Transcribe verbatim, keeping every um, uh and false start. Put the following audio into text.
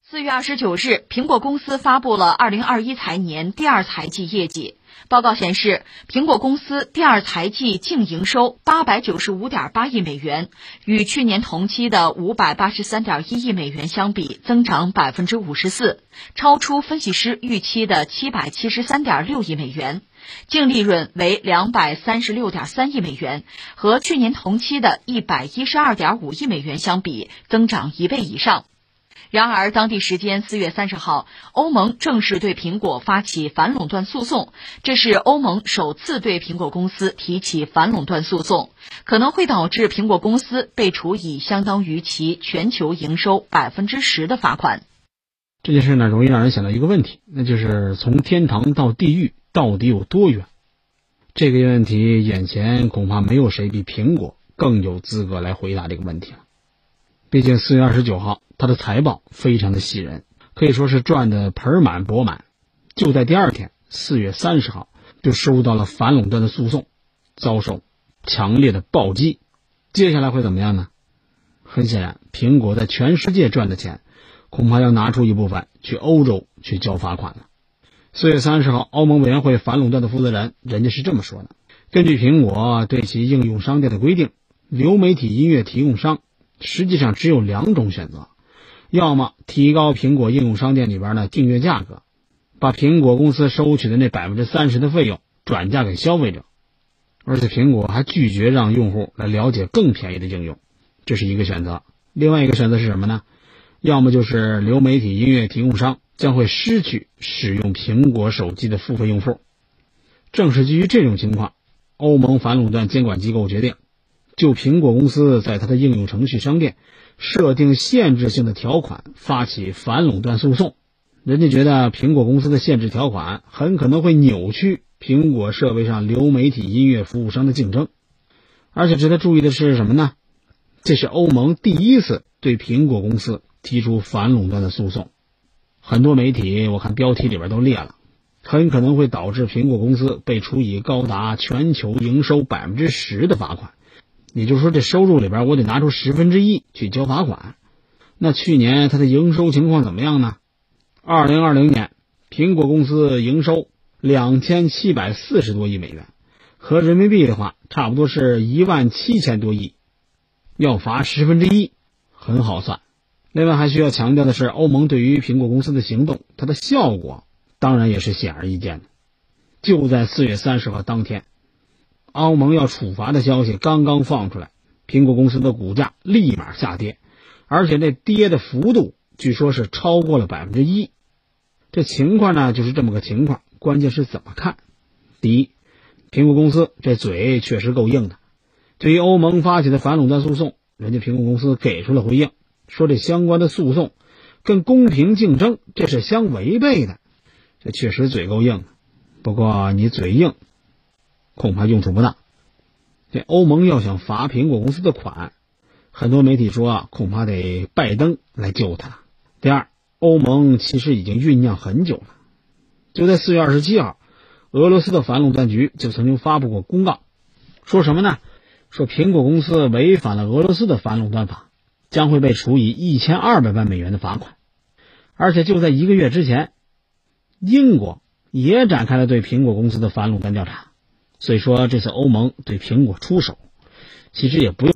四月二十九日，苹果公司发布了二零二一财年第二财季业绩。报告显示，苹果公司第二财季净营收八百九十五点八亿美元，与去年同期的五百八十三点一亿美元相比，增长百分之五十四，超出分析师预期的七百七十三点六亿美元。净利润为两百三十六点三亿美元，和去年同期的一百一十二点五亿美元相比，增长一倍以上。然而，当地时间四月三十号，欧盟正式对苹果发起反垄断诉讼，这是欧盟首次对苹果公司提起反垄断诉讼，可能会导致苹果公司被处以相当于其全球营收百分之十的罚款。 这件事呢，容易让人想到一个问题，那就是从天堂到地狱到底有多远？这个问题，眼前恐怕没有谁比苹果更有资格来回答这个问题了。毕竟四月二十九号，它的财报非常的喜人，可以说是赚得盆满钵满。就在第二天，四月三十号，就收到了反垄断的诉讼，遭受强烈的暴击。接下来会怎么样呢？很显然，苹果在全世界赚的钱，恐怕要拿出一部分去欧洲去交罚款了。四月三十号，欧盟委员会反垄断的负责人，人家是这么说的：根据苹果对其应用商店的规定，流媒体音乐提供商实际上只有两种选择，要么提高苹果应用商店里边的订阅价格，把苹果公司收取的那百分之三十的费用转嫁给消费者，而且苹果还拒绝让用户来了解更便宜的应用，这是一个选择。另外一个选择是什么呢？要么就是流媒体音乐提供商将会失去使用苹果手机的付费用户。正是基于这种情况，欧盟反垄断监管机构决定就苹果公司在它的应用程序商店设定限制性的条款发起反垄断诉讼。人家觉得苹果公司的限制条款很可能会扭曲苹果设备上流媒体音乐服务商的竞争。而且值得注意的是什么呢？这是欧盟第一次对苹果公司提出反垄断的诉讼。很多媒体我看标题里边都列了，很可能会导致苹果公司被处以高达全球营收百分之十的罚款。也就是说，这收入里边我得拿出十分之一去交罚款。那去年它的营收情况怎么样呢？二零二零年，苹果公司营收两千七百四十多亿美元，合人民币的话，差不多是一万七千多亿，要罚十分之一，很好算。另外还需要强调的是，欧盟对于苹果公司的行动，它的效果当然也是显而易见的。就在四月三十号当天，欧盟要处罚的消息刚刚放出来，苹果公司的股价立马下跌，而且那跌的幅度据说是超过了百分之一。这情况呢就是这么个情况，关键是怎么看。第一，苹果公司这嘴确实够硬的，对于欧盟发起的反垄断诉讼，人家苹果公司给出了回应，说这相关的诉讼跟公平竞争这是相违背的，这确实嘴够硬。不过你嘴硬恐怕用处不大。这欧盟要想罚苹果公司的款，很多媒体说啊，恐怕得拜登来救他。第二，欧盟其实已经酝酿很久了。就在四月二十七号，俄罗斯的反垄断局就曾经发布过公告，说什么呢？说苹果公司违反了俄罗斯的反垄断法，将会被处以一千二百万美元的罚款。而且就在一个月之前，英国也展开了对苹果公司的反垄断调查。所以说这次欧盟对苹果出手，其实也不用